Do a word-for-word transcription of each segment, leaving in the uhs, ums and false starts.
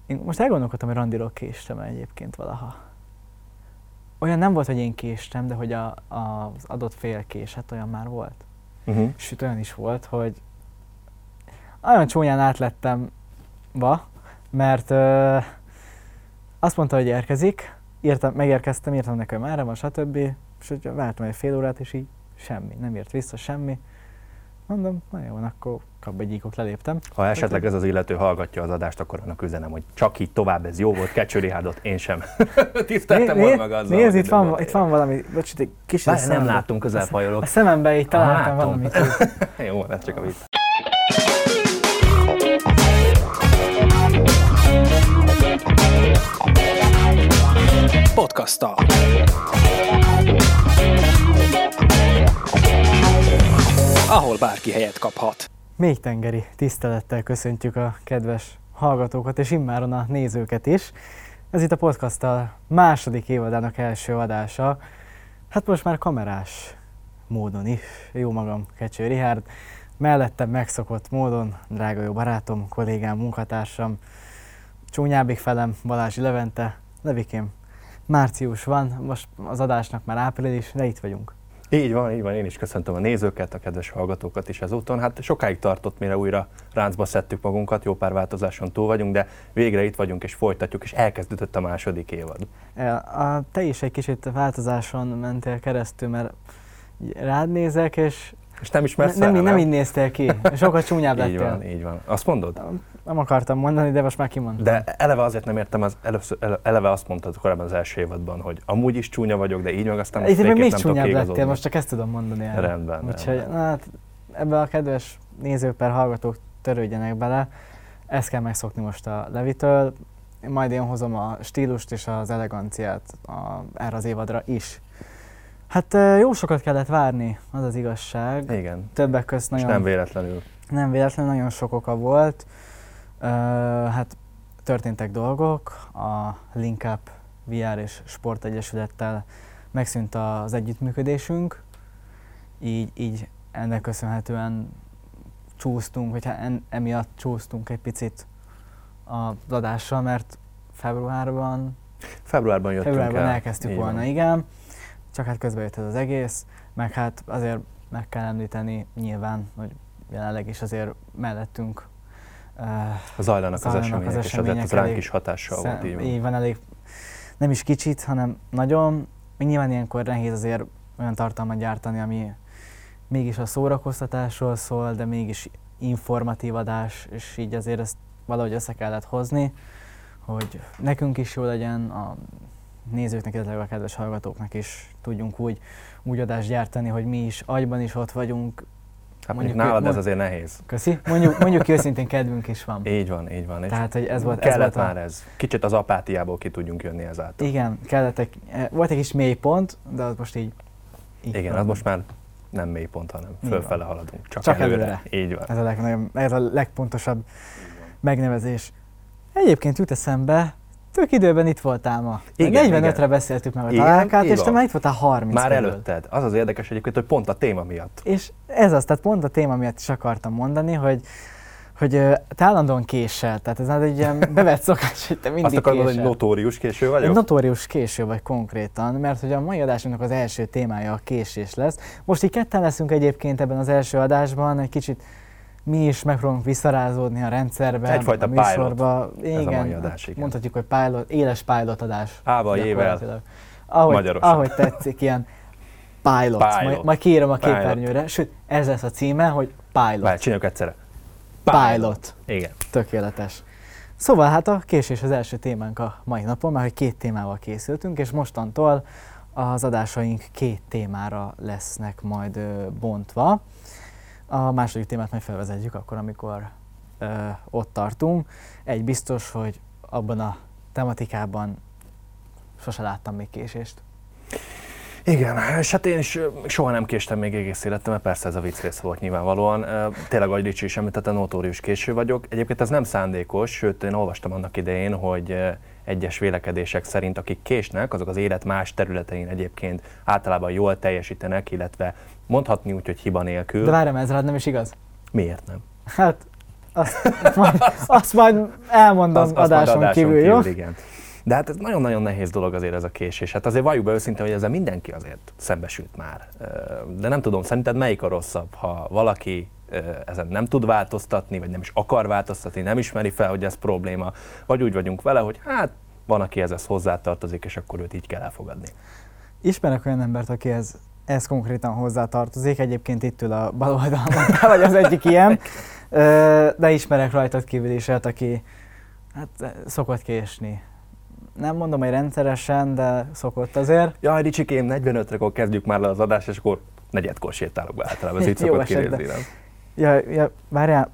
Én most elgondolkodtam, hogy randiról késtem egyébként valaha. Olyan nem volt, hogy én késtem, de hogy a, a, az adott fél késett, olyan már volt. Uh-huh. Sőt, olyan is volt, hogy olyan csúnyán átlettem va, mert ö, azt mondta, hogy érkezik, írtam, megérkeztem, írtam nekem erre van, stb. És vártam egy fél órát, és így semmi, nem írt vissza semmi. Mondom, na jó, akkor kap egy íkot, leléptem. Ha esetleg ez az illető hallgatja az adást, akkor annak üzenem, hogy csak így tovább, ez jó volt, Kecső Richardot én sem tiszteltem volna meg azzal. Nézd, itt van, itt van valami, bocs, egy kis Várj, nem láttunk, közelfajolok. A szemembe így találtam valamit. Jó, ez csak a vicc. Podcasttal. Ahol bárki helyet kaphat. Mélytengeri tisztelettel köszöntjük a kedves hallgatókat és immáron a nézőket is. Ez itt a Podcasttal második évadának első adása. Hát most már kamerás módon is. Jó magam, Kecső Richard. Mellettem megszokott módon drága jó barátom, kollégám, munkatársam, csúnyábbik felem, Balázsi Levente. Levikém, március van, most az adásnak már április, de itt vagyunk. Így van, így van, én is köszöntöm a nézőket, a kedves hallgatókat is ezúton. Hát sokáig tartott, mire újra ráncba szedtük magunkat, jó pár változáson túl vagyunk, de végre itt vagyunk és folytatjuk, és elkezdődött a második évad. A, te is egy kicsit változáson mentél keresztül, mert rád nézek, és, és nem ismersz ne, nem, el, nem, nem így néztél ki, sokkal csúnyább lettél. Így van, így van. Azt mondod? Nem akartam mondani, de most már kimondtam. De eleve azért nem értem, az először, eleve azt mondtad korábban az első évadban, hogy amúgy is csúnya vagyok, de így meg aztán most végképp még nem tudok kiigazodni. Most csak ezt tudom mondani el. Rendben. Úgyhogy rendben. Na, hát, ebbe a kedves nézők per hallgatók törődjenek bele. Ezt kell megszokni most a Levitől. Majd én hozom a stílust és az eleganciát a, erre az évadra is. Hát jó sokat kellett várni, az az igazság. Igen. Többek közt nagyon... És nem véletlenül. Nem véletlenül, nagyon sok oka volt. Uh, hát történtek dolgok, a LinkUp vé er és Sportegyesülettel megszűnt az együttműködésünk, így, így ennek köszönhetően csúsztunk, vagy hát en, emiatt csúsztunk egy picit az adással, mert februárban, februárban jöttünk februárban el. elkezdtük volna, van. Igen, csak hát közben jött ez az egész, meg hát azért meg kell említeni nyilván, hogy jelenleg is azért mellettünk Uh, zajlanak az események, az események, és azért az ránk is hatással szem, volt. Így van. így van, elég, nem is kicsit, hanem nagyon. Nyilván ilyenkor nehéz azért olyan tartalmat gyártani, ami mégis a szórakoztatásról szól, de mégis informatív adás, és így azért ezt valahogy össze kellett hozni, hogy nekünk is jó legyen, a nézőknek, illetve a kedves hallgatóknak is tudjunk úgy, úgy adást gyártani, hogy mi is agyban is ott vagyunk. Hát mondjuk nálad ez azért nehéz. Köszi. Mondjuk, mondjuk őszintén kedvünk is van. Így van, így van. Tehát, hogy ez volt, kellett ez volt már a... ez. Kicsit az apátiából ki tudjunk jönni ezáltal. Igen, kellett egy, volt egy kis mélypont, de az most így... így Igen, van. az most már nem mélypont, hanem fölfele haladunk. Csak, Csak előre. előre. Így van. Ez a, legnagyobb, ez a legpontosabb megnevezés. Egyébként jut eszembe, tök időben itt voltál ma. Igen, negyvenötre beszéltük meg a találkát, és te már itt voltál harminc Már körül. előtted. Az az érdekes egyébként, hogy pont a téma miatt. És ez az, tehát pont a téma miatt is akartam mondani, hogy hogy te állandóan késel, tehát ez egy ilyen bevett szokás, hogy te mindig Azt akarod, késel. hogy notórius késő vagyok? Egy notórius késő vagy konkrétan, mert hogy a mai adásunknak az első témája a késés lesz. Most így ketten leszünk egyébként ebben az első adásban, egy kicsit mi is megpróbálunk visszarázódni a rendszerbe, egyfajta a műsorba. Pilot. Igen, ez a mai adás, igen. Mondhatjuk, hogy pilot, éles pilot adás. Ával, jével, ahogy, magyarosan. ahogy tetszik, ilyen pilot. pilot. Majd, majd kiírom a pilot. képernyőre, sőt, ez lesz a címe, hogy pilot. Várj, csináljuk egyszerre. Pilot. pilot. Igen. Tökéletes. Szóval hát a késés az első témánk a mai napon, mert hogy két témával készültünk, és mostantól az adásaink két témára lesznek majd ö, bontva. A második témát majd felvezetjük akkor, amikor ö, ott tartunk. Egy biztos, hogy abban a tematikában sose láttam még késést. Igen, és hát én is soha nem késtem még egész életemben, persze ez a vicc része volt nyilvánvalóan. Tényleg, ahogy Ricsi is említette, notórius késő vagyok. Egyébként ez nem szándékos, sőt én olvastam annak idején, hogy egyes vélekedések szerint akik késnek, azok az élet más területein egyébként általában jól teljesítenek, illetve mondhatni úgy, hogy hiba nélkül. De várjam, ez rád nem is igaz? Miért nem? Hát azt, majd, azt majd elmondom azt, adáson, azt adáson kívül, kívül, jó? igen. De hát ez nagyon-nagyon nehéz dolog azért ez a késés. Hát azért valljuk be őszintén, hogy ezzel mindenki azért szembesült már. De nem tudom, szerinted melyik a rosszabb, ha valaki ezen nem tud változtatni, vagy nem is akar változtatni, nem ismeri fel, hogy ez probléma, vagy úgy vagyunk vele, hogy hát van, aki ezhez hozzátartozik, és akkor őt így kell elfogadni. Ismerek olyan embert, aki ez, ez konkrétan hozzátartozik, egyébként itt ül a bal oldalon, vagy az egyik ilyen, de ismerek rajtad kívül is olyat, aki hát, szokott késni. Nem mondom, hogy rendszeresen, de szokott azért. Jaj, Ricsikém, negyvenötre kezdjük már le az adást, és akkor negyedkor sétálok be általában, ez így szokott kinézni, nem? Ja, ja, várjál,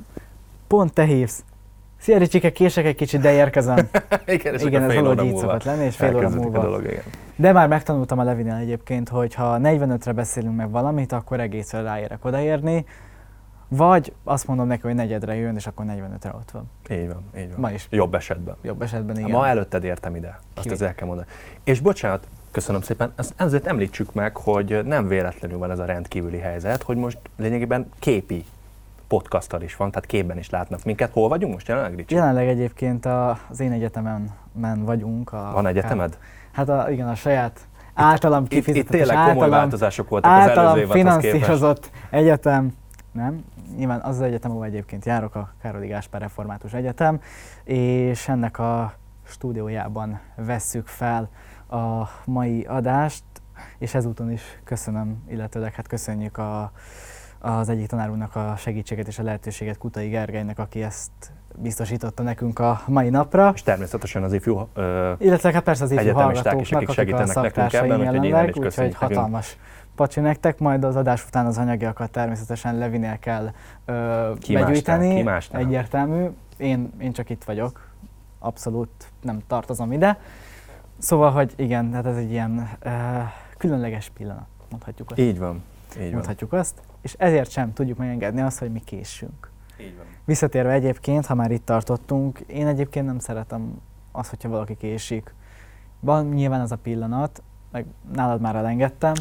pont te hívsz. Szia Ricsike, kések egy kicsit, de érkezem. igen, és igen, ez valahogy így szokott lenni, és fél óra múlva. Dolog, igen. De már megtanultam a Levinél egyébként, hogy ha negyvenötre beszélünk meg valamit, akkor egészre ráérek odaérni. Vagy azt mondom neki, hogy negyedre jön, és akkor negyvenötre ott van. Így van, így van. Ma is. Jobb esetben. Jobb esetben, igen. Ma előtted értem ide, azt az el kell mondani. És bocsánat, köszönöm szépen, ezt ezért említsük meg, hogy nem véletlenül van ez a rendkívüli helyzet, hogy most lényegében képi podcasttal is van, tehát képben is látnak minket. Hol vagyunk most jelenleg, Ricsi? Jelenleg egyébként a, az én egyetemen men vagyunk. A, van egyetemed? Hát a, igen, a saját általam kifizetett, itt, itt tényleg általam, komoly változások voltak az előző évadhoz finanszírozott egyetem. Nem, nyilván az az egyetem, ahol egyébként járok, a Károli Gáspár Református Egyetem, és ennek a stúdiójában vesszük fel a mai adást, és ezúton is köszönöm, illetőleg hát köszönjük a, az egyik tanárunknak a segítséget és a lehetőséget, Kutai Gergelynek, aki ezt biztosította nekünk a mai napra. És természetesen az ifjú uh, illetve hát persze az ifjú hallgatóknak, is, akik segítenek a nekünk ebben, jelenleg, úgyhogy hatalmas pacsi nektek, majd az adás után az anyagiakat természetesen Levinél kell ö, begyűjteni, egyértelmű. Én, én csak itt vagyok, abszolút nem tartozom ide. Szóval, hogy igen, hát ez egy ilyen ö, különleges pillanat, mondhatjuk azt. Így van. Így mondhatjuk van. azt, és ezért sem tudjuk megengedni azt, hogy mi késünk. Így van. Visszatérve egyébként, ha már itt tartottunk, én egyébként nem szeretem azt, hogyha valaki késik. Van nyilván az a pillanat, meg nálad már elengedtem,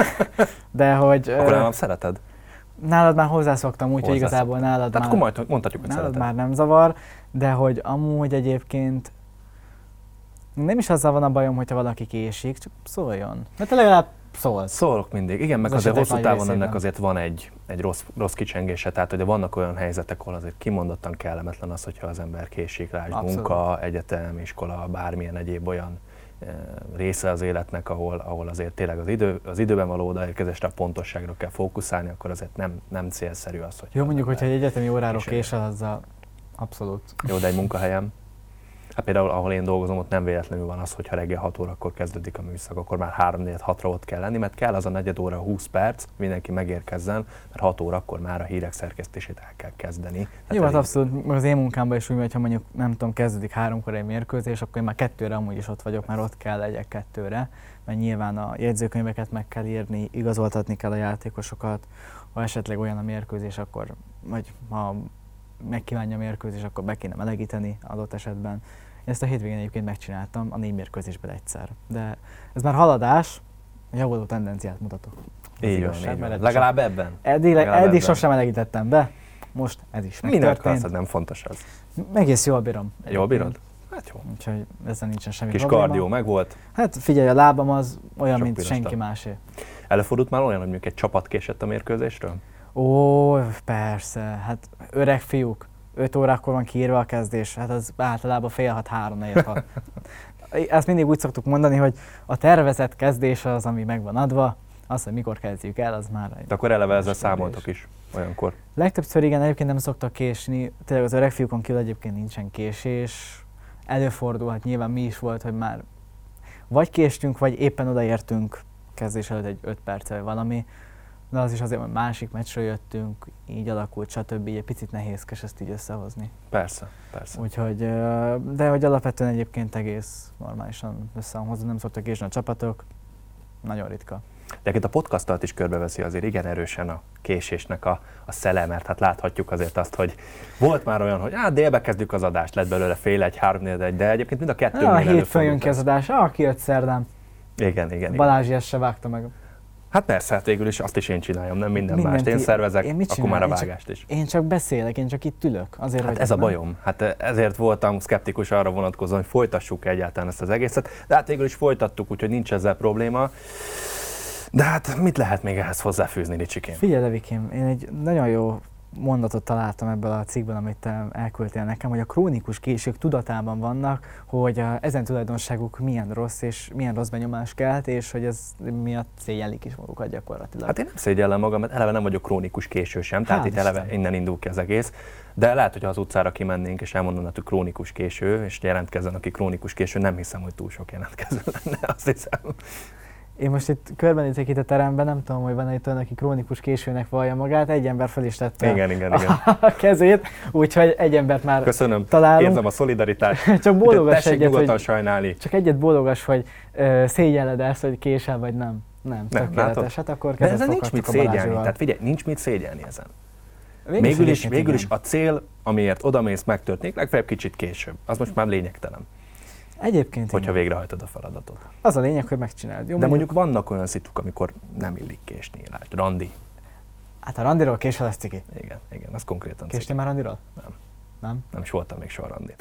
de hogy... Akkor nálam szereted? Nálad már hozzászoktam, úgyhogy igazából nálad Tehát már... akkor mondhatjuk, hogy nálad szereted. már nem zavar, de hogy amúgy egyébként nem is azzal van a bajom, hogyha valaki késik, csak szóljon. Mert te legalább szólsz. Szólok mindig. Igen, meg az azért hosszú távon részében. Ennek azért van egy, egy rossz, rossz kicsengése, tehát hogy vannak olyan helyzetek, ahol azért kimondottan kellemetlen az, hogyha az ember késik rá, munka, egyetem, iskola, bármilyen egyéb olyan része az életnek, ahol, ahol azért tényleg az, idő, az időben való odaérkezésre, a pontosságra kell fókuszálni, akkor azért nem, nem célszerű az, hogy... Jó, mondjuk, hogyha egy egyetemi óráról késel, azzal abszolút. Jó, de egy munkahelyem. Hát például, ahol én dolgozom, ott nem véletlenül van az, hogy ha reggel hat órakor kezdődik a műszak, akkor már három négy hatra ott kell lenni, mert kell az a negyed óra, húsz perc, mindenki megérkezzen, mert hat órakor már a hírek szerkesztését el kell kezdeni. Hát jó, hát abszolút, az én munkámban is úgy, hogyha mondjuk nem tudom, kezdődik háromkor egy mérkőzés, akkor én már kettőre amúgy is ott vagyok, mert ott kell legyek kettőre, mert nyilván a jegyzőkönyveket meg kell írni, igazoltatni kell a játékosokat, ha esetleg olyan a mérkőzés, akkor, vagy ha megkívánja a mérkőzés, akkor be kéne melegíteni adott esetben. Én ezt a hétvégén egyébként megcsináltam, a négy mérkőzésben egyszer. De ez már haladás, javuló tendenciát mutatok. Így van, így van. Legalább ebben? Eddig, Legalább eddig ebben. Sosem melegítettem be, most ez is megtörtént. Minek az, nem fontos az? Egész jól bírom. Jól bírod? Hát jó. Úgyhogy ezzel nincsen semmi kis probléma. kardió megvolt? Hát figyelj, a lábam az olyan, sok mint pirostam. Senki másé. Előfordult már olyan, hogy mondjuk egy csapat késett a mérkőzésről? Ó, persze. Hát öreg fiúk. öt órakor van kiírva a kezdés, hát az általában fél hat, három, négy, hat. Ezt mindig úgy szoktuk mondani, hogy a tervezett kezdés az, ami meg van adva, az, hogy mikor kezdjük el, az már... De akkor eleve ezzel számoltok is olyankor? Legtöbbször igen, egyébként nem szoktak késni, tényleg az öreg fiúkon kívül egyébként nincsen késés. Előfordulhat, nyilván mi is volt, hogy már vagy késtünk, vagy éppen odaértünk kezdés előtt egy öt perccel, vagy valami. De az is azért, hogy másik meccsről jöttünk, így alakult, stb. Így egy picit nehézkes ezt így összehozni. Persze, persze. Úgyhogy, de hogy alapvetően egyébként egész normálisan össze van hozzá, nem szoktak késni a csapatok, nagyon ritka. De itt a podcastot is körbeveszi azért igen erősen a késésnek a, a szele, mert hát láthatjuk azért azt, hogy volt már olyan, hogy hát délbe kezdjük az adást, lett belőle fél egy, három, négy, egy, de egyébként mind a kettőnél előfordult. A hétfőn jön ki az adás, ah, ki jött szerdán. Igen, igen. Balázsi ezt se vágta meg. Hát persze, hát végül is azt is én csináljam, nem minden Mindent mást. Én í- szervezek, én mit akkor már a csinálok? Én vágást is. Én csak beszélek, én csak itt ülök. Azért Hát vagyok, ez a nem? bajom. Hát ezért voltam szkeptikus arra vonatkozóan, hogy folytassuk egyáltalán ezt az egészet. De hát végül is folytattuk, úgyhogy nincs ezzel probléma. De hát mit lehet még ehhez hozzáfűzni, Ricsikém? Figyelj, Levikém, én egy nagyon jó mondatot találtam ebből a cikkben, amit te elküldtél nekem, hogy a krónikus késők tudatában vannak, hogy a, ezen tulajdonságuk milyen rossz és milyen rossz benyomást kelt, és hogy ez miatt szégyellik is magukat gyakorlatilag. Hát én nem szégyellem magam, mert eleve nem vagyok krónikus késő sem, tehát Hát itt eleve Isten. innen indul ki az egész. De lehet, hogy ha az utcára kimennénk és elmondanád, hogy krónikus késő, és jelentkezzen, aki krónikus késő, nem hiszem, hogy túl sok jelentkező lenne, azt hiszem. Én most itt körbenézek itt a teremben, nem tudom, hogy van itt olyan, aki krónikus későnek vallja magát, egy ember fel is tette Igen, igen, igen. a kezét, úgyhogy egy embert már Köszönöm, találunk. érzem a szolidaritást. Csak bólogass Tessék egyet, nyugodtan hogy, sajnálni. csak egyet bólogass, hogy uh, szégyelled ezt, hogy késel vagy nem. Nem, Nem, tökéletes. látod? Hát akkor De kezet ezen nincs foghattok mit a szégyelni, Balázsival. tehát figyelj, nincs mit szégyelni ezen. Végül Végül is, egyébként végül is igen. a cél, amiért odamész, megtörténik, legfeljebb kicsit később. Az most már lényegtelen, Egyébként hogyha igen. végrehajtod a feladatot. Az a lényeg, hogy megcsináld. Jó, De mondjuk vannak olyan szituk, amikor nem illik késni, lásd, randi. Hát a randiról késel lesz ciki. Igen, igen, az konkrétan Késtél már randiról? Nem. Nem? Nem is voltam még soha randin.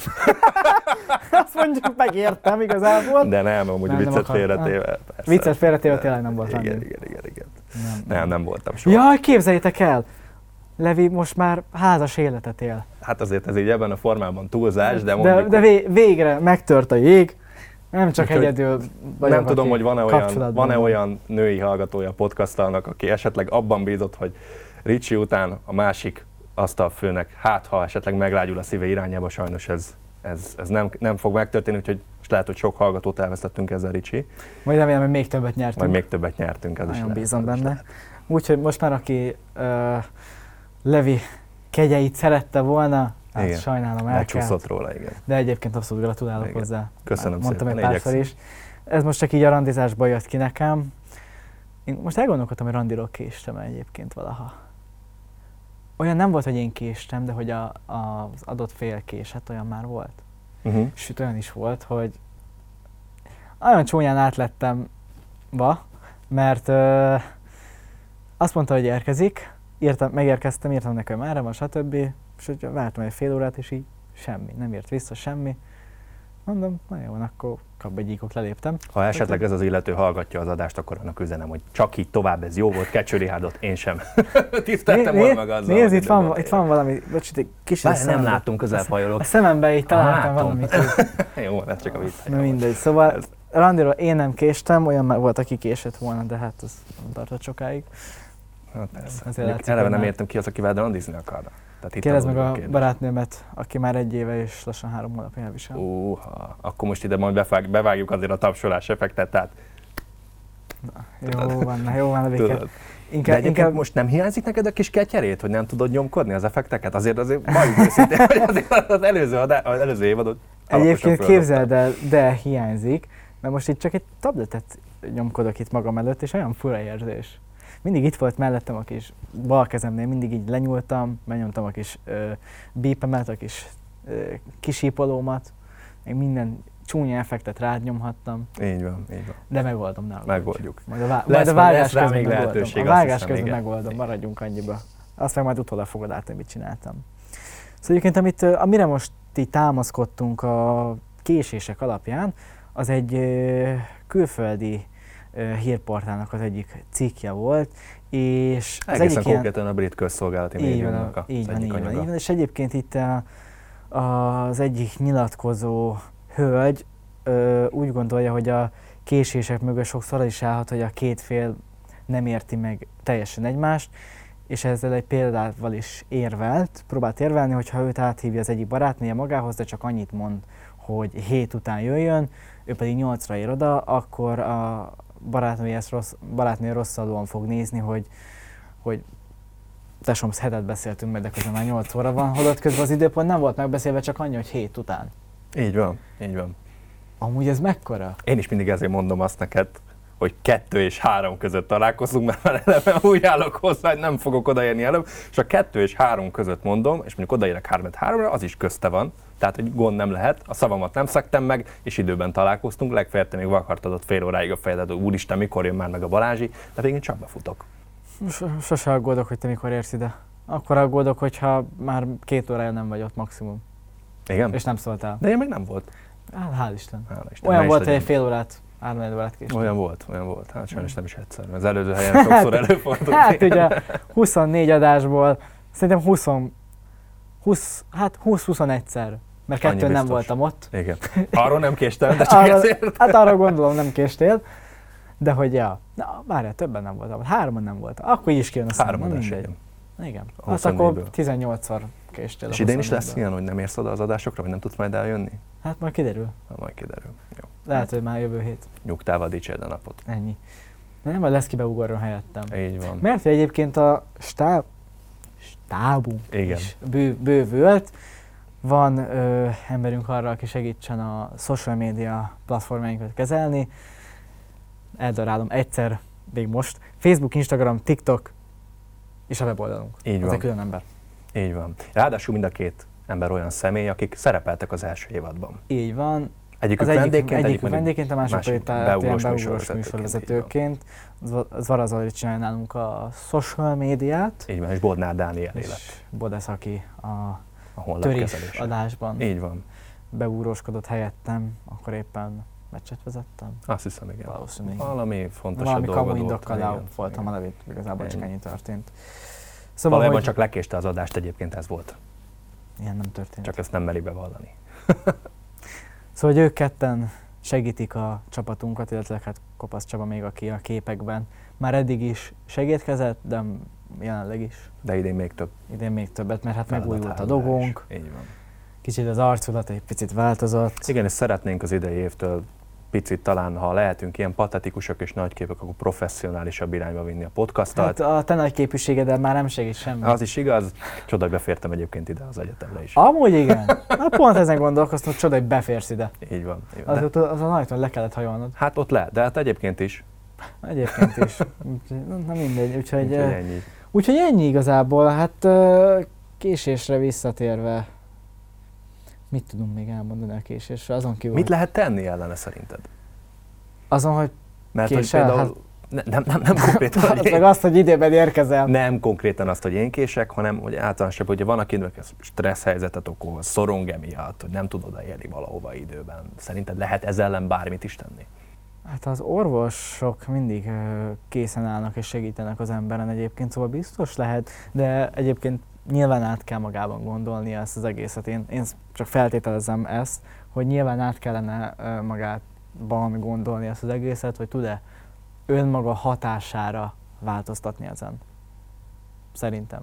Azt mondjuk megértem igazából. De nem, amúgy Nem, nem viccet akar- félretéve. persze. Viccet félretéve tényleg nem volt Igen, randin. igen, igen, igen. Nem, Nem, nem voltam soha. Jaj, képzeljétek el! Levi most már házas életet él. Hát azért ez így ebben a formában túlzás, de De, mondjuk, de vé- végre megtört a jég. Nem csak Úgyhogy egyedül vagyok, nem tudom, aki hogy van-e olyan, kapcsolatban van-e van. olyan női hallgatója a podcastalnak, aki esetleg abban bízott, hogy Ricsi után a másik asztalfőnek, hát ha esetleg meglágyul a szíve irányába, sajnos ez, ez, ez nem, nem fog megtörténni, úgyhogy most lehet, hogy sok hallgatót elvesztettünk ezzel, Ricsi. Majd remélem, hogy még többet nyertünk. Majd még többet nyertünk, ez is Nagyon lehet, bízom ez is benne. lehet. Úgyhogy most már aki uh, Levi kegyeit szerette volna, hát Igen. sajnálom, el kell. Lecsúszott róla, igen. De egyébként abszolút gratulálok Igen. hozzá. Köszönöm Mondtam szépen, egy párszor is. Ez most csak így a randizásból jött ki nekem. Én most elgondolkodtam, hogy randiról késtem egyébként valaha. Olyan nem volt, hogy én késtem, de hogy a, a, az adott fél késett, olyan már volt. Uh-huh. Sőt, olyan is volt, hogy nagyon csúnyán átlettem ba, mert ö, azt mondta, hogy érkezik, írtam, megérkeztem, írtam neki, hogy merre van, stb. És hogy vártam egy fél órát, és így semmi, nem ért vissza semmi. Mondom, na jó, akkor kap egy íkot, leléptem. Ha esetleg ez az illető hallgatja az adást, akkor annak üzenem, hogy csak így tovább, ez jó volt, Kecsőrihádot, én sem. Tiszteltem Né- volna né- meg azzal. Nézd, hogy itt van, időben itt van valami, bocs, itt egy kis Várj, nem szemembe- láttunk, közel fajolok. A szemembe így találtam látom. valamit. Jó, ez csak a vicc. Na mindegy, szóval randiról én nem késtem, olyan már volt, aki késett volna, de hát az nem tartott sokáig. Hát persze. Azért Mondjuk látszik, eleve hogy nem már- értem ki az, akivel randizni akarna. Tehát itt Kérdezd meg tanuljuk a kérdést. barátnőmet, aki már egy éve és lassan három hónapja elvisel. Uha, akkor most ide majd bevág, bevágjuk azért a tapsolás effektet, tehát Jó van, na jó van, a tudod. vége. De Inkább, egyébként inkább most nem hiányzik neked a kis ketyerét, hogy nem tudod nyomkodni az effekteket? Azért azért valljuk őszintén, hogy azért az előző, adá, az előző évadot alaposan egyébként képzeld el, de hiányzik, mert most itt csak egy tabletet nyomkodok itt magam előtt, és olyan fura érzés. Mindig itt volt mellettem a kis bal kezemnél, mindig így lenyúltam, benyomtam a kis ö, bépemet, a kis ö, kisípolómat, meg minden csúnya effektet rád nyomhattam, Így van, így van. de megoldom, ne aggódj. Megoldjuk. Majd a, vá- Lesz majd a majd- vágás lesz rá közben még megoldom. lehetőség, A azt vágás hiszem, közben igen. megoldom, maradjunk annyiba. Azt meg majd utólag fogod látni, hogy mit csináltam. Szóval egyébként, amit, ö, amire most így támaszkodtunk a késések alapján, az egy ö, külföldi ö, hírportálnak az egyik cikkje volt, és az Egészen egyik ilyen... konkrétan a brit közszolgálati Így van, médiumnak a- az így van, egyik így van, anyaga. így van, és egyébként itt a, az egyik nyilatkozó hölgy ö, úgy gondolja, hogy a késések mögött sokszor az is állhat, hogy a két fél nem érti meg teljesen egymást, és ezzel egy példával is érvelt, próbált érvelni, hogy ha őt áthívja az egyik barátnője magához, de csak annyit mond, hogy hét után jöjjön, ő pedig nyolcra ér oda, akkor a barátnője ezt rossz, barátnője rosszalóan fog nézni, hogy, hogy tesóm, hetet beszéltünk meg, de közben már nyolc óra van, holott közben az időpont nem volt megbeszélve, csak annyi, hogy hét után. Így van, így van. Amúgy ez mekkora? Én is mindig ezért mondom azt neked, hogy kettő és három között találkozunk, mert már eleve úgy állok hozzá, hogy nem fogok odaérni előbb, és a kettő és három között mondom, és mondjuk odaérek három háromra, az is közte van, tehát hogy gond nem lehet, a szavamat nem szektem meg, és időben találkoztunk, legfeljebb te még vakartad ott fél óráig a fejedet, hogy úristen, mikor jön már meg a Balázsi, de végén csak befutok. Sose aggódok, hogy te mikor érsz ide. Akkor aggódok, hogyha már két órája nem vagy ott maximum. Igen? És nem szóltál. De én még nem volt. Hál' hál' Isten. Hála Isten. Olyan volt, hogy egy fél órát, három órát késtem. Olyan volt, olyan volt. Hát sajnos nem is egyszer. Az előző helyen sokszor előfordult. Hát ugye huszonnégy adásból szerintem húsz, húsz, hát húsz-huszonegyszer, mert kettőn nem voltam ott. Igen. Arról nem késtem, de csak arra, ezért. Hát arra gondolom nem késtél. De hogy ja, na várjál, többen nem voltam, hárman nem voltam. Akkor így is kijön a szám, Három nem adás, mindegy. igen. Igen. Hát akkor tizennyolcszor késtél. És idén is lesz ilyen, hogy nem érsz oda az adásokra, vagy nem tudsz majd eljönni? Hát majd kiderül. Na, majd kiderül. Jó. Lehet, hogy már jövő hét. Nyugtával dicsérd a napot. Ennyi. De nem, majd lesz ki beugorjon helyettem. Így van. Mert egyébként a stáb, stábunk Igen. is bő, bővült. Van ö, emberünk arra, aki segítsen a social media platformjainkat kezelni. Eldarálom egyszer, még most. Facebook, Instagram, TikTok és a weboldalunk. Így Az van. egy külön ember. Így van. Ráadásul mind a két ember olyan személy, akik szerepeltek az első évadban. Így van. Egyikük Az egyik vendégként, egyik egyik vendégként, a másik másik pedig tá- beugós ilyen beugós műsorvezetőként, műsorvezetőként. Zvara Zoli csinálja nálunk a social médiát. Így van, és Bodnár Dániel élet. És Bodesz, aki a A honlap törés kezelése. adásban Így van. beúróskodott helyettem, akkor éppen meccset vezettem. Azt hiszem, igen. Valószínű. Valami fontos Valami dolgod kamu volt. indokkal Igen, le voltam igen. a nevét, igazából csak Ennyi. ennyi történt. Szóval Szóval, valójában hogy csak lekéste az adást, egyébként ez volt. ilyen nem történt. Csak ezt nem meri bevallani. Szóval, hogy ők ketten segítik a csapatunkat, illetve hát Kopasz Csaba még, aki a képekben már eddig is segítkezett, de jelenleg is. De idén még több. Idén még többet, mert hát megújult a feladathálózás. dogónk, Így van. kicsit az arculat egy picit változott. Igen, és szeretnénk az idei évtől picit talán, ha lehetünk ilyen patetikusak és nagyképek, akkor professzionálisabb irányba vinni a podcastot. Hát a te nagy képviségeddel már nem segít semmi. Az is igaz, csoda, hogy befértem egyébként ide az egyetemre is. Amúgy igen. Na pont ezen gondolkoztam, hogy csoda, hogy beférsz ide. Így van. Így van. Az, De, az a nagytól le kellett hajolnod. hát ott lehet, de hát egyébként is. Egyébként is. Úgyhogy, na mindegy. Úgyhogy, Úgyhogy eh, ennyi. úgyhogy ennyi igazából. Hát eh, késésre visszatérve, mit tudunk még elmondani a késésre? Azon kívül, Mit lehet tenni ellene szerinted? azon, hogy Mert hogy Késel? például, Hát- ne, nem, nem, nem konkrétan, az hogy meg én, azt, hogy időben érkezel. nem konkrétan azt, hogy én kések, hanem hogy általánosabb, hogyha van, akinek ez stressz helyzetet okoz, szorong emiatt, hogy nem tud odaérni valahova időben. Szerinted lehet ez ellen bármit is tenni? Hát az orvosok mindig ö, készen állnak és segítenek az emberen egyébként, szóval biztos lehet, de egyébként nyilván át kell magában gondolni ezt az egészet. Én, én csak feltételezem ezt, hogy nyilván át kellene ö, magában gondolni ezt az egészet, hogy tud-e önmaga hatására változtatni ezen. Szerintem.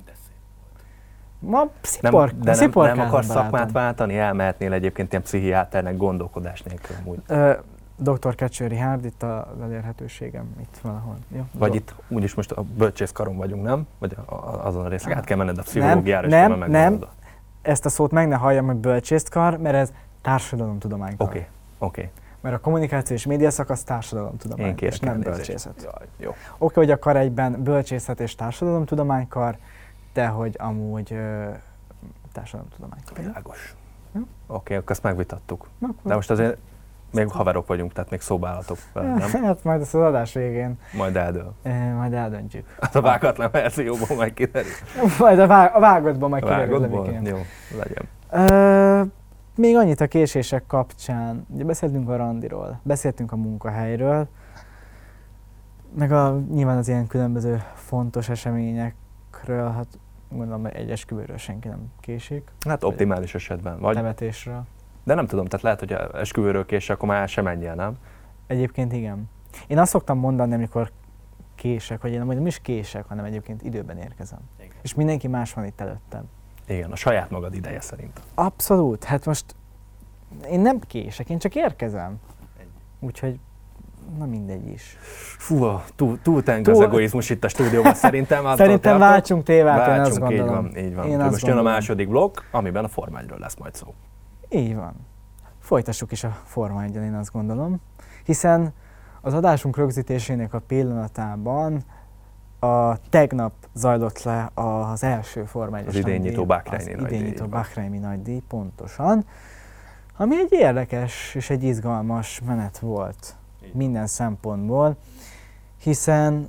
Ma szipor, Nem, de nem, nem akarsz barátom. szakmát váltani? Elmehetnél egyébként ilyen pszichiáternek gondolkodás nélkül amúgy. Ö, doktor Kecső Rihárd, itt a elérhetőségem, itt valahol. Jó? Vagy Do- itt úgyis most a bölcsészkaron vagyunk, nem? Vagy a, a, azon a részleg át kell menned a Nem, pszichológiára, és nem, utána nem. megmondod. Ezt a szót meg ne halljam, hogy bölcsészkar, mert ez társadalomtudománykar. Oké, oké. Mert a kommunikáció és média szakasz társadalomtudomány, Én kérek és nem elnézést. bölcsészet. Jaj, jó. Oké, hogy a kar egyben bölcsészet és társadalomtudománykar, de hogy amúgy ö, társadalomtudománykar. Világos. Jó. Oké, akkor ezt megvitattuk. Na, akkor- De most azért még haverok vagyunk, tehát még szóba állhatok veled, nem? Hát majd ezt az adás végén Majd eldől. eh, majd eldöntjük. Hát a vágatlan verzióban majd kiderül. Majd a, vág, a vágodban majd A kiderül. vágodból? Levikén. Jó, legyen. Ö, még annyit a késések kapcsán. Ugye beszéltünk a randiról, beszéltünk a munkahelyről, meg a, nyilván az ilyen különböző fontos eseményekről, hát gondolom, hogy egy esküvőről senki nem késik, Hát optimális esetben. Vagy, nevetésről. de nem tudom, tehát lehet, hogy a esküvőről késő, akkor már el sem menjél, nem? Egyébként igen. Én azt szoktam mondani, amikor kések, hogy én amúgy nem is kések, hanem egyébként időben érkezem. Igen. És mindenki más van itt előttem. Igen, a saját magad ideje szerint. Abszolút. Hát most én nem kések, én csak érkezem. Úgyhogy, na mindegy is. Fú, túl, túl teng az Túl- egoizmus itt a stúdióban szerintem. attól Szerintem tartok. váltsunk tévát, én azt Váltsunk, így gondolom. van, így van. Én Úgyhogy azt most jön a gondolom. második blokk, amiben a Forma egyről lesz majd szó. Így van. Folytassuk is a Forma egyen, én azt gondolom. Hiszen Az adásunk rögzítésének a pillanatában a tegnap zajlott le az első Forma egyes az idénynyitó Bahreini az nagy díj. idénynyitó Bahreini nagy díj, pontosan. Ami egy érdekes és egy izgalmas menet volt minden szempontból, hiszen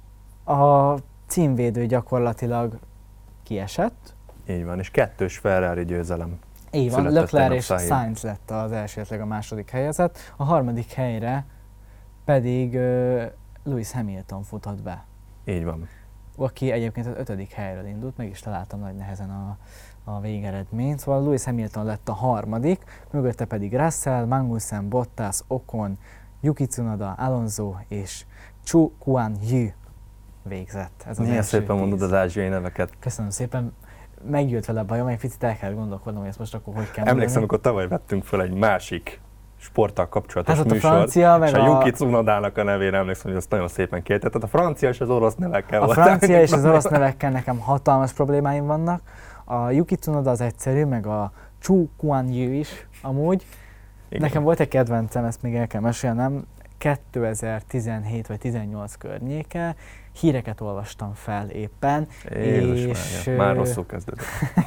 a címvédő gyakorlatilag kiesett. Így van, és kettős Ferrari győzelem. Így van, Leclerc és Sainz lett az első, illetve a második helyezett, a harmadik helyre pedig uh, Lewis Hamilton futott be. Így van. Aki egyébként az ötödik helyről indult, meg is találtam nagy nehezen a, a végeredményt. Szóval Lewis Hamilton lett a harmadik, mögötte pedig Russell, Magnussen, Bottas, Ocon, Yuki Tsunoda, Alonso és Zhou Guanyu végzett. Ez az Milyen első szépen mondod az ázsiai neveket. Köszönöm szépen. Megjött vele a bajom, egy picit el kell gondolkodnom, hogy ezt most akkor hogy kell Emlékszem, amikor tavaly vettünk fel egy másik sporttal kapcsolatos hát műsor, a francia, meg és a, a Yuki Tsunodának a nevére emlékszem, hogy azt nagyon szépen kérted. Tehát a francia és az orosz nevekkel A volt. francia és az orosz nevekkel nekem hatalmas problémáim vannak. A Yuki Tsunoda az egyszerű, meg a Zhou Guanyu is amúgy. Igen. Nekem volt egy kedvencem, ezt még el kell mesélnem, kétezer-tizenhét vagy tizennyolc környéke, híreket olvastam fel éppen, Jézus és Mária, már rosszul kezdődött.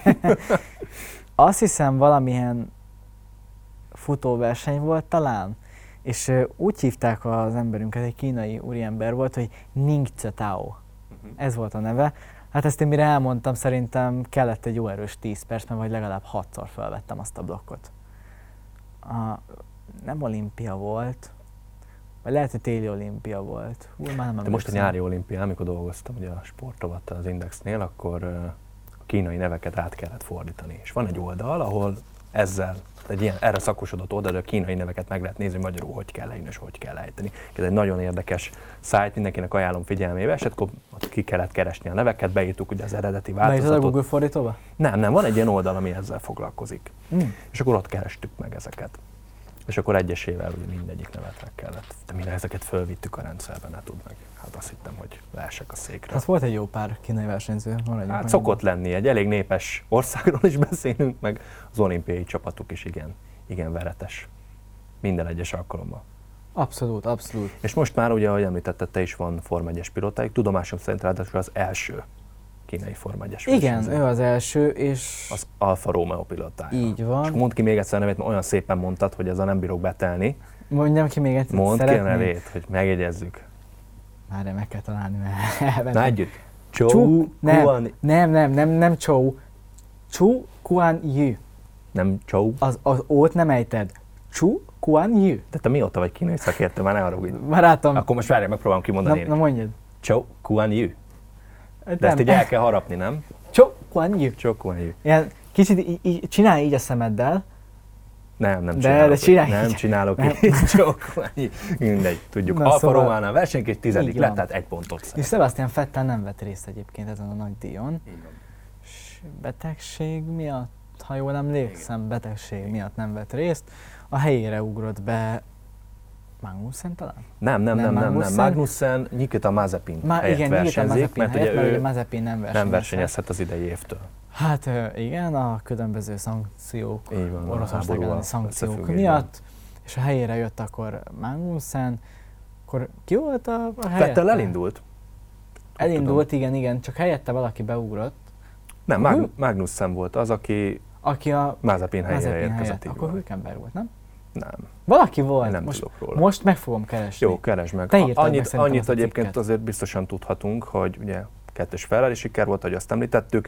Azt hiszem valamilyen futóverseny volt talán, és uh, úgy hívták az emberünket, egy kínai úriember volt, hogy Ning Tao. Uh-huh. Ez volt a neve. Hát ezt én mire elmondtam, szerintem kellett egy jó erős tíz perc, mert vagy legalább hatszor felvettem azt a blokkot. A, nem olimpia volt, vagy lehet, hogy téli olimpia volt. Hú, már nem De most a nyári olimpián, amikor dolgoztam ugye a sportrovattal az Indexnél, akkor uh, a kínai neveket át kellett fordítani. És van egy oldal, ahol ezzel, egy ilyen erre szakosodott oldal, a kínai neveket meg lehet nézni, magyarul hogy kell leírni és hogy kell ejteni. Ez egy nagyon érdekes szájt, mindenkinek ajánlom figyelmébe, és akkor ott ki kellett keresni a neveket, beírtuk ugye az eredeti változatot. Beírtad a Google fordítóba? Nem, nem, van egy ilyen oldal, ami ezzel foglalkozik. Mm. És akkor ott kerestük meg ezeket. És akkor egyesével ugye mindegyik nevet meg kellett. De mire ezeket fölvittük a rendszerben, ne tudd meg. Hát azt hittem, hogy leesek a székre. Hát volt egy jó pár kínai versenyző. Hát szokott lenni, egy elég népes országról is beszélünk, meg az olimpiai csapatuk is igen, igen veretes. Minden egyes alkalommal. Abszolút, abszolút. És most már ugye, ahogy említetted, te is van Forma egyes pilótáik. Tudomásom szerint ráadásul az első kínai Forma egyes Igen, ő az első, és... Az Alfa Romeo pilótája. Így van. És mondd ki még egyszer a nevét, mert olyan szépen mondtad, hogy ezzel nem bírok betelni. Mondjam ki még egyszer, mondd ki a nevét, hogy megjegyezzük. Már meg kell találni, mert... Na együtt. Zhou Guan... Nem, nem, nem, nem Zhou. Zhou Guanyu. Nem Zhou. Az, az ót nem ejted. Zhou Guanyu. De te mióta vagy kínai szakértő, már ne haragudj. Barátom. Akkor most várjál, megpróbálom kimondani. Na, na mondjad. Zhou Guanyu. De nem. ezt így el kell harapni, nem? Zhou Guanyu. Zhou Guanyu. Ilyen kicsit í- í- csinálj így a szemeddel. Nem, nem de, csinálok. De csinálj nem így. csinálok így. Zhou Guanyu. Mindegy, tudjuk. Na, Alfa szóval... Románál versenykés tizedik lett, tehát egy pontot És szerez. Sebastian Vettel nem vett részt egyébként ezen a nagy díjon. Így van. És betegség miatt, ha jól emlékszem, betegség miatt nem vett részt. A helyére ugrott be Magnussen talán? Nem, nem, nem, nem, nem. Magnussen Nikita Mazepin Má, helyett igen, versenyzik, Mazepin mert helyett, ugye mert ő Mazepin nem versenyezhet. nem versenyezhet az idei évtől. Hát igen, a különböző szankciók, Van, Oroszország elleni szankciók miatt, és a helyére jött akkor Magnussen, akkor ki volt a, a helyette? Vettel elindult. Elindult, tudom. igen, igen, csak helyette valaki beugrott. Nem, Mag- Magnussen volt az, aki, aki a Mazepin helyére Mazepin érkezett. Akkor Hülkenberg volt, nem? Nem. Valaki volt. Nem most, tudok róla. Most meg fogom keresni. Jó, keresd meg. Te írtad annyit meg annyit egyébként cikket. azért biztosan tudhatunk, hogy ugye kettős Ferrari siker volt, ahogy azt említettük.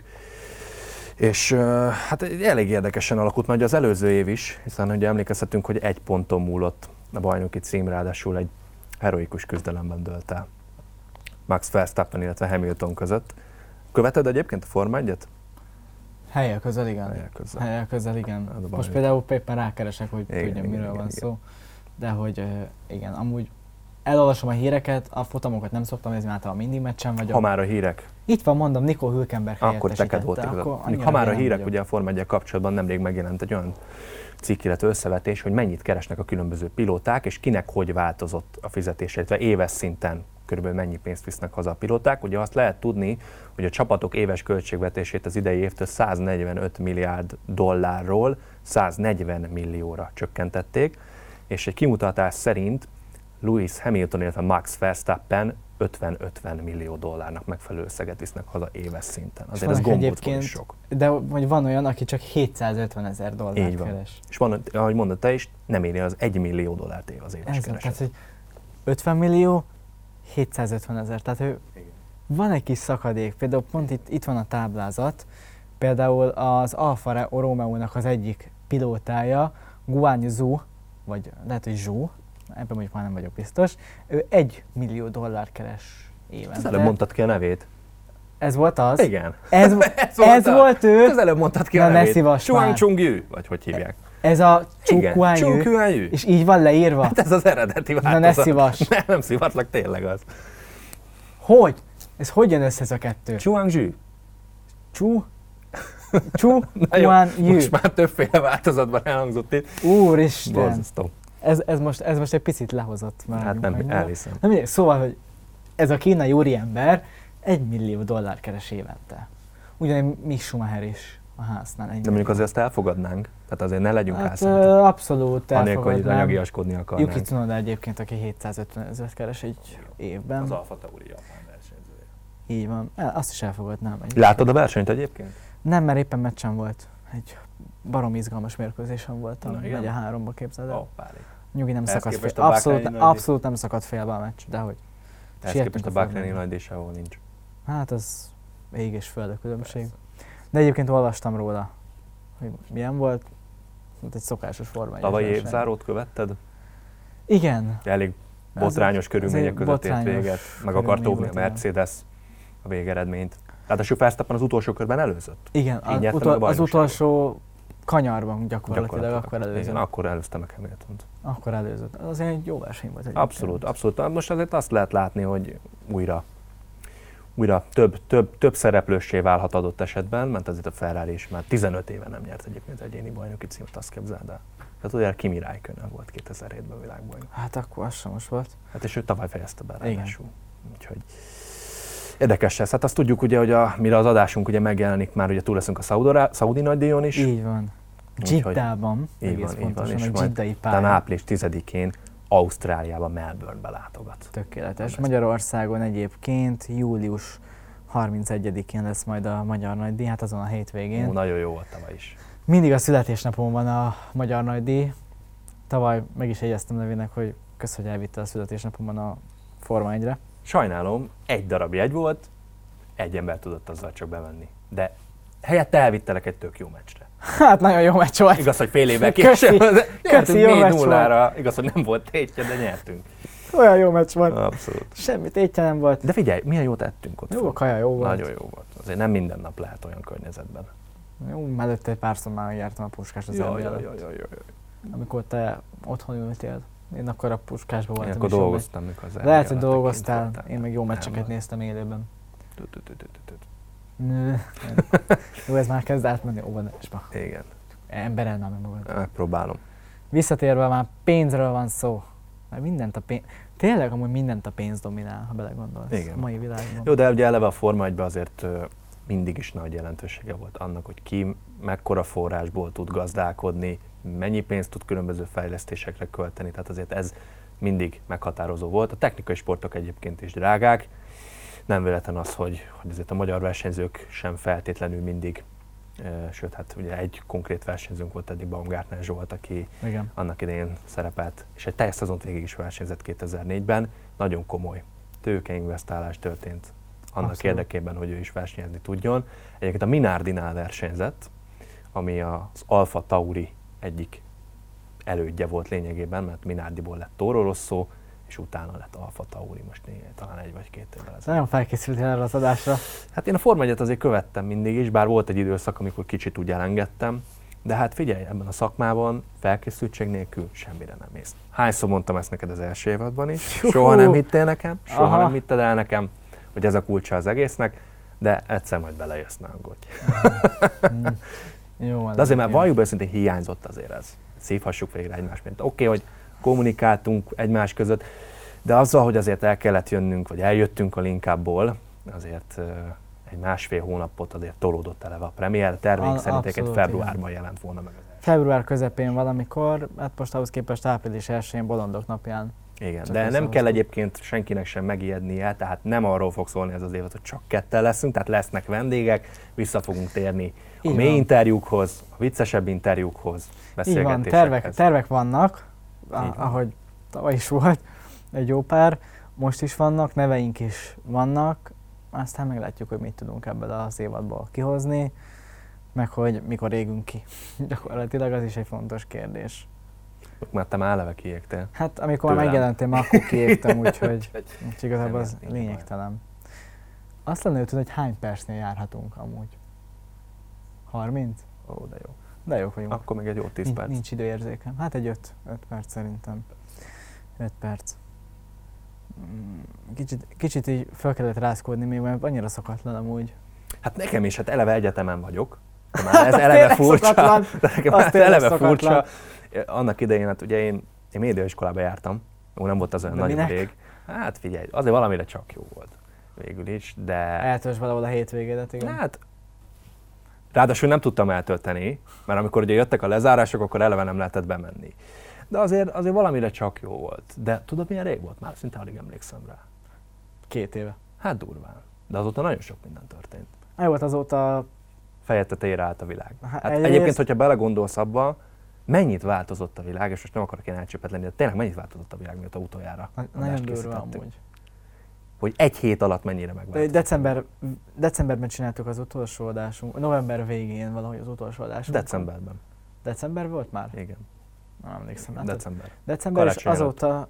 És uh, hát elég érdekesen alakult majd az előző év is, hiszen ugye emlékezhetünk, hogy egy ponton múlott a bajnoki cím, ráadásul egy heroikus küzdelemben dőlt el Max Verstappen, illetve Hamilton között. Követed egyébként a Forma egyet? Helyek közel, igen. Helyek közel. Helyek közel, igen. Az Most például éppen rákeresek, hogy igen, tudjam, igen, miről igen, van igen. szó. De hogy igen, amúgy elolvasom a híreket, a futamokat nem szoktam nézni, általában mindig meccsen vagyok. Ha már a hírek, Itt van, mondom, Nico Hülkenberg akkor neked volt helyettesítette. igazad. Ha már a hírek, ugye a Forma egyel kapcsolatban nemrég megjelent egy olyan cikk, illetve összevetés, hogy mennyit keresnek a különböző pilóták, és kinek hogy változott a fizetése, illetve éves szinten körülbelül mennyi pénzt visznek haza a pilóták. Ugye azt lehet tudni, hogy a csapatok éves költségvetését az idei évtől száznegyvenöt milliárd dollárról száznegyven millióra csökkentették, és egy kimutatás szerint Lewis Hamilton, illetve Max Verstappen ötven-ötven millió dollárnak megfelelő összeget visznek haza éves szinten. Azért ez gombócból is sok. De hogy van olyan, aki csak hétszázötven ezer dollárt keres. És van, ahogy mondod te is, nem éri az egy millió dollárt év az éves ez kereset. Tehát, hogy ötven millió, hétszázötven ezer. Tehát ő, van egy kis szakadék. Például pont itt, itt van a táblázat. Például az Alfa Romeo-nak az egyik pilótája, Guanyu Zhou, vagy lehet, hogy Zhou, ebben mondjuk már nem vagyok biztos, ő egy millió dollár keres évente. Az előbb mondtad ki a nevét. Ez volt az? Igen. Ez, ez, volt, ez volt ő. Az előbb mondtad ki Na, a nevét. Ne szívass már. Chuang Chungyu, vagy hogy hívják. Ez a Igen, Chuang Chungyu. És így van leírva? Hát ez az eredeti változat. Na ne szívass. Nem, nem szívatlak, tényleg az. Hogy? Ez hogy jön össze ez a kettő? Chuang Zhu. Chu? Chu? Chuang Yu. Most már többféle változatban elhangzott itt. Úristen. Borzasztó. Ez, ez, most, ez most egy picit lehozott már. Hát nem, elhiszem. Nem, nem, szóval, hogy ez a kínai úriember egy millió dollár keres évente. Ugyanúgy Mick Schumacher is a háznál. De mondjuk azért azt elfogadnánk. Tehát azért ne legyünk hát, álszentek. Abszolút elfogadnánk. Anélkül, hogy anyagiaskodni akarnánk. Yuki Tsunoda egyébként, aki hétszázötven ezeret keres egy évben. Az Alfa Tauri japán versenyzője. Így van. Azt is elfogadnám. Egyébként. Látod a versenyt egyébként? Nem, mert éppen meccsen volt. Egy barom izgalmas mérkőzésen voltam. Megye háromba képzeld el. Oh, Nyugi nem szakadt fél. Abszolút, abszolút nem szakadt félbe a meccs, de hogy. Ehhez képest a Bahreini nagydíj sehol nincs. Hát az ég és föld a különbség. Persze. De egyébként olvastam róla, hogy milyen volt. Mint egy szokásos formája. Tavalyi évzárót követted? Igen. Elég botrányos körülmények között ért véget. Meg akart óvni a Mercedes a végeredményt. Ráadásul Verstappen az utolsó körben előzött. Igen, az, utol, az utolsó kanyarban gyakorlatilag, gyakorlatilag akkor előzött. Igen, akkor előzte meg Hamiltont. Akkor előzött. Az egy jó verseny volt. Abszolút, abszolút. Most azért azt lehet látni, hogy újra, újra több, több, több szereplőssé válhat adott esetben, mert azért a Ferrari is már tizenöt éve nem nyert egyébként egyéni bajnoki címet, azt képzeld el. Tehát ugye Kimi Räikkönen volt kétezer-hétben világbajnok. Hát akkor az sem most volt. Hát és ő tavaly fejezte be ráadásul. Úgyhogy érdekes ez. Hát azt tudjuk ugye, hogy a, mire az adásunk ugye megjelenik, már ugye túl leszünk a Szaudi, Szaudi nagydíjon is. Így van. Giddában. Így van, így van. És majd talán április tizedikén Ausztráliában, Melbournebe látogat. Tökéletes. Magyarországon egyébként július harmincegyedikén lesz majd a Magyar Nagydíj, hát azon a hétvégén. Ó, nagyon jó volt tavaly is. Mindig a születésnapon van a Magyar Nagydíj. Tavaly meg is jegyeztem Levinek, hogy kösz, hogy elvitte a születésnapomban a Forma egyre. Sajnálom, egy darab jegy volt, egy ember tudott azzal csak bemenni. De helyette elvittelek egy tök jó meccsre. Hát nagyon jó meccs volt. Igaz, hogy fél évvel később. Köszi, jó meccs volt. Igaz, hogy nem volt tétje, de nyertünk. Olyan jó meccs volt. Abszolút. Semmi tétje nem volt. De figyelj, milyen jót ettünk ott. Jó, a kaja jó volt. Nagyon jó volt. Azért nem minden nap lehet olyan környezetben. Jó, mellette egy párszor már megjártam a Puskást az jaj, jaj, jaj, jaj, jaj. Amikor te otthon ültél. Én akkor a Puskásban voltam. Én akkor dolgoztam, mikor az lehet, hogy dolgoztál. Én meg jó meccseket néztem élőben. Jó, ez már kezd átmenni óvodásba. Igen. Emberen nem magad. Megpróbálom. Visszatérve már pénzről van szó. Már mindent a pénz... Tényleg amúgy mindent a pénz dominál, ha belegondolsz. Igen. A mai világban. Jó, de ugye eleve a Forma egyben azért mindig is nagy jelentősége volt annak, hogy ki mekkora forrásból tud gazdálkodni, mennyi pénzt tud különböző fejlesztésekre költeni, tehát azért ez mindig meghatározó volt. A technikai sportok egyébként is drágák, nem véletlen az, hogy, hogy azért a magyar versenyzők sem feltétlenül mindig, e, sőt, hát ugye egy konkrét versenyzőnk volt eddig, Baumgartner Zsolt, aki igen. annak idején szerepelt, és egy teljes szezont végig is versenyzett kétezer-négyben, nagyon komoly tőkeinvestálás történt annak Abszolút. Érdekében, hogy ő is versenyezni tudjon. Egyébként a Minardinál versenyzett, ami az Alfa Tauri egyik elődje volt lényegében, mert Minardiból lett Toro Rosso, és utána lett Alfa Tauri, most négy, talán egy vagy két évvel ezelőtt. Nagyon felkészültél erre az adásra. Hát én a Forma egyet azért követtem mindig is, bár volt egy időszak, amikor kicsit úgy elengedtem, de hát figyelj, ebben a szakmában felkészültség nélkül semmire nem mész. Hányszor mondtam ezt neked az első évadban is, soha nem hittél nekem, soha Aha. nem hitted el nekem, hogy ez a kulcsa az egésznek, de egyszer majd belejössz, ne aggódj. Jó, de azért már valljuk be, őszintén hiányzott azért ez. Szívhassuk végre egymást, mint oké, okay, hogy kommunikáltunk egymás között, de azzal, hogy azért el kellett jönnünk, vagy eljöttünk a Linkupból, azért egy másfél hónapot azért tolódott eleve a premier. Tervénk szerint egy februárban igen. jelent volna meg az első. Február közepén valamikor, hát most ahhoz képest április elsején Bolondok napján Igen, de nem kell egyébként senkinek sem megijednie, tehát nem arról fog szólni ez az évad, hogy csak ketten leszünk, tehát lesznek vendégek, vissza fogunk térni a Így mély van. interjúkhoz, a viccesebb interjúkhoz, Így van, beszélgetésekhez. tervek, tervek vannak, a, van. ahogy tavaly is volt egy jó pár, most is vannak, neveink is vannak, aztán meglátjuk, hogy mit tudunk ebből az évadból kihozni, meg hogy mikor égünk ki. Gyakorlatilag az is egy fontos kérdés. Már te már eleve kiégtél. Hát amikor már Tőlem. megjelentél, már akkor kiégtem, úgyhogy, úgyhogy igazából Nem az nincs lényegtelen. Azt lenne, hogy tudod, hogy hány percnél járhatunk amúgy? harminc? Ó, de jó. De jók vagyunk. Akkor még egy jó tíz Nincs, perc. nincs időérzékem. Hát egy öt perc szerintem. öt perc. Mm, Kicsit, kicsit így fel kellett rázkódni még, mert annyira szokatlan amúgy. Hát nekem is, hát eleve egyetemen vagyok. De már ez eleve tényleg furcsa. szokatlan. De nekem Az ez tényleg eleve szokatlan. furcsa. Annak idején, hát ugye én, én médiaiskolába jártam, ó, nem volt az olyan De nagyon minek? rég. Hát figyelj, azért valamire csak jó volt végül is, de Eltöltsd valahol a hétvégédet, igen. hát ráadásul nem tudtam eltölteni, mert amikor ugye jöttek a lezárások, akkor eleve nem lehetett bemenni. De azért, azért valamire csak jó volt. De tudod, milyen rég volt? Már szinte alig emlékszem rá. Két éve. Hát durván. De azóta nagyon sok minden történt. Mi volt azóta? Feje tetejére állt a világ. Hát Hát egyrészt- egyébként, hogyha belegondolsz abba, mennyit változott a világ, és most nem akarok én elcsöpet lenni, de tényleg mennyit változott a világ, mióta utoljára Na, adást nagyon durva készítettünk? amúgy. Hogy egy hét alatt mennyire De megváltozott. december, decemberben csináltuk az utolsó adásunk, november végén valahogy az utolsó adásunk. Decemberben. December volt már? Igen. Nem emlékszem. Hát December. December és Karácsony előtt. azóta...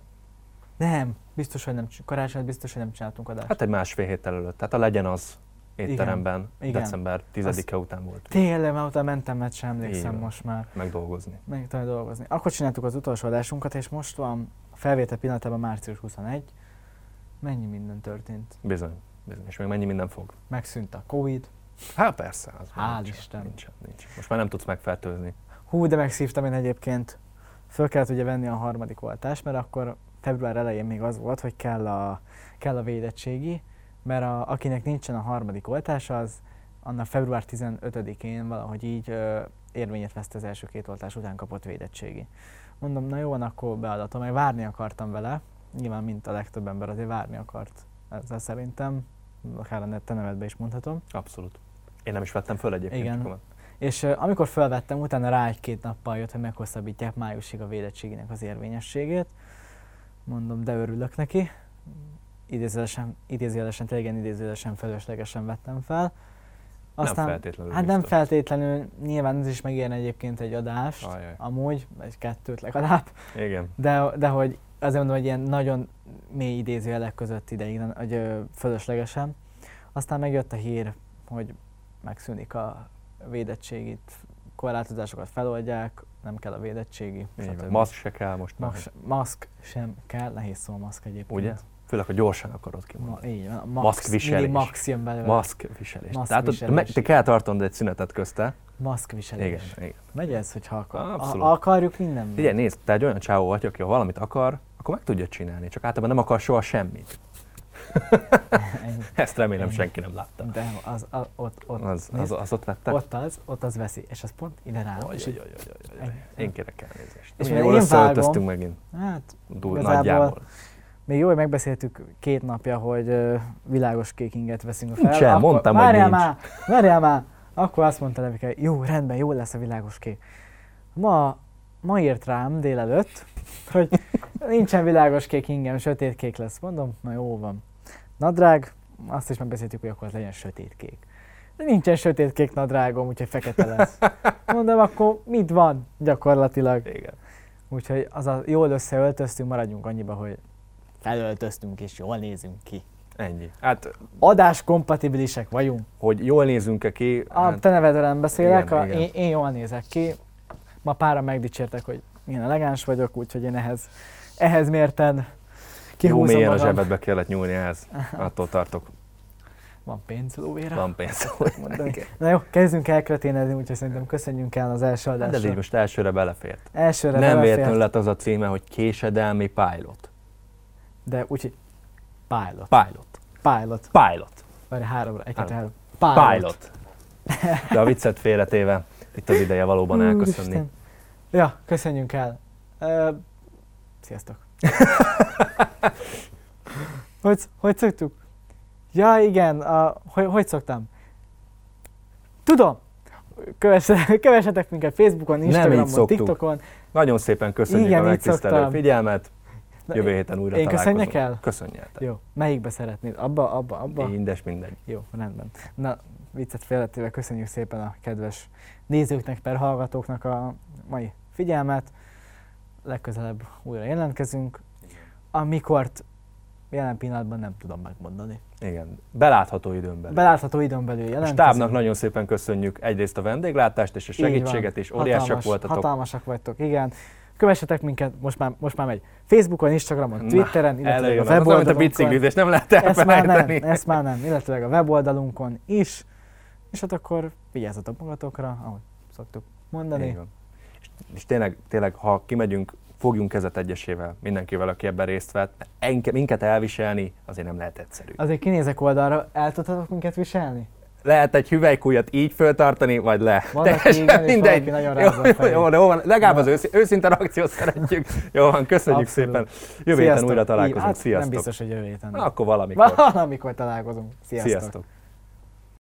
Nem, biztos, hogy nem, karácsony biztos, hogy nem csináltunk adást. Hát egy másfél héttel előtt. Tehát a legyen az étteremben Igen. december tizedike után volt Tényleg, mert utána mentem, mert sem emlékszem Így van. most már. megdolgozni. Meg tudod dolgozni. Akkor csináltuk az utolsó adásunkat, és most van a felvétel pillanatában március huszonegy. Mennyi minden történt? Bizony. Bizony. És még mennyi minden fog. Megszűnt a Covid. Hát persze. Az már Hál' nincs, Isten. Nincs, nincs. Most már nem tudsz megfertőzni. Hú, de megszívtam én egyébként. Föl kellett ugye venni a harmadik oltást, mert akkor február elején még az volt, hogy kell a, kell a védettségi, mert a, akinek nincsen a harmadik oltás, az annak február tizenötödikén valahogy így ö, érvényet veszt az első két oltás után kapott védettségi. Mondom, na jó, van, akkor beadatom, meg várni akartam vele, nyilván mint a legtöbb ember azért várni akart ezzel szerintem, akár a te nevedbe is mondhatom. Abszolút. Én nem is vettem föl egyébként. Igen. csak És uh, amikor felvettem, utána rá egy-két nappal jött, hogy meghosszabbítják májusig a védettségének az érvényességét. Mondom, de örülök neki. Idézőjelesen, idézőjelesen, tényleg idézőjelesen feleslegesen vettem fel. nem feltétlenül. hát nem biztos. feltétlenül, nyilván ez is megérne egyébként egy adást, Ajaj. amúgy, vagy kettőt legalább, Igen. de, de hogy azért mondom, hogy ilyen nagyon mély idézőjelek között ideig, hogy ö, fölöslegesen. Aztán megjött a hír, hogy megszűnik a védettségit, korlátozásokat feloldják, nem kell a védettségi. Így van. stb. Maszk se kell most már. Maszk, maszk sem kell, nehéz szó a maszk egyébként. Ugye? Főleg, hogy gyorsan akarod Ma, kimondani. így van, a max, Maszkviselés. mindig max jön belőle. Maszkviselés. Tehát ott Maszkviselés. me- te kell tartanod egy szünetet közte. Maszkviselés. Igen, igen. Megy ez, hogyha akar. Abszolút. Ha akarjuk, minden megy. Figyelj, nézd, te egy olyan csávó vagy, aki ha valamit akar, akkor meg tudja csinálni, csak általában nem akar soha semmit. Ennyi. Ezt remélem Ennyi. senki nem látta. De az, az ott, ott, Az, nézd, az, az ott vette? ott az, ott az veszi, és az pont ide rá. Aj, és aj, így- aj, aj, aj, aj. Ennyi. Én kérek elnézést. És Milyen mivel jól én vágom- összeöltöztünk megint. Hát, Túl igazából- nagyjából. még jó, hogy megbeszéltük két napja, hogy ö, világos kék inget veszünk fel. Nincsen, mondtam, hogy várjál nincs. már, várjál már! Akkor azt mondta Levike, jó, rendben, jó lesz a világos kék. Ma, ma írt rám délelőtt, hogy nincsen világos kék ingem, sötét kék lesz. Mondom, na jó van. Nadrág, azt is megbeszéltük, hogy akkor az legyen sötét kék. De nincsen sötét kék nadrágom, úgyhogy fekete lesz. Mondom, akkor mit van gyakorlatilag? Igen. Úgyhogy az a jól összeöltöztünk, maradjunk annyiba, hogy felöltöztünk és jól nézünk ki. Ennyi. Hát, Adáskompatibilisek vagyunk. hogy jól nézünk-e ki, A hát, te nevedről nem beszélek, igen, a, igen. én, én jól nézek ki. Ma páran megdicsértek, hogy milyen elegáns vagyok, úgyhogy én ehhez, ehhez mérten jó kihúzom mélyen a magam. zsebedbe kellett nyúlni ehhez. Attól tartok. Van pénz lóvéra. Van pénz. hogy mondani. igen. Na jó, kezdjünk el kreténezni, úgyhogy szerintem köszönjünk el az első Hát adásra. ez így most elsőre belefért. Elsőre Nem belefért, véletlenül lett az a címe, hogy késedelmi pilot. De úgyhogy pilot. Pilot. Pilot. Pilot. Várj, háromra, egy, kettő, Három. három. Pilot. De a viccet félretéve, itt az ideje valóban elköszönni. Úristen. Ja, köszönjünk el. Uh, sziasztok. hogy, hogy szoktuk? Ja, igen, a, hogy, hogy szoktam? Tudom! Kövessetek, kövessetek minket Facebookon, Instagramon, TikTokon. Nagyon szépen köszönjük igen, a megtisztelő figyelmet. Jövő héten újra én találkozunk. Én köszönjek el? Köszönj el. Jó. Melyikbe szeretnéd? Abba, abba, abba? Mindes, mindegy. Jó, rendben. Na, viccet félretéve köszönjük szépen a kedves nézőknek, per hallgatóknak a mai figyelmet. Legközelebb újra jelentkezünk. Amikort jelen pillanatban nem tudom megmondani. Igen, belátható időn belül. Belátható időn belül jelentkezünk. A stábnak nagyon szépen köszönjük egyrészt a vendéglátást és a segítséget, és óriásak Hatalmas, voltatok. Hatalmasak vagytok, igen. Kövessetek minket, most már, most már megy Facebookon, Instagramon, Twitteren, illetve a weboldalunkon. A biciklizés nem lehet elfelejteni. Ezt már nem, ezt már nem, illetve a weboldalunkon is. És hát akkor vigyázzatok magatokra, ahogy szoktuk mondani. Igen. És, és tényleg, tényleg, ha kimegyünk, fogjunk kezet egyesével, mindenkivel, aki ebben részt vett. Minket elviselni azért nem lehet egyszerű. Azért kinézek oldalra, el tudhatok minket viselni? Lehet egy hüvelykújat így föltartani, vagy le. Van, aki igen, és valaki nagyon rázza a fejét. Jó, de jó van, legalább az ősz, őszinte reakciót szeretjük. Jó van, köszönjük Abszolút. szépen. Jövő héten újra találkozunk. Hát Sziasztok. Nem biztos, hogy jövő héten. Na, akkor valamikor. Valamikor találkozunk. Sziasztok. Sziasztok.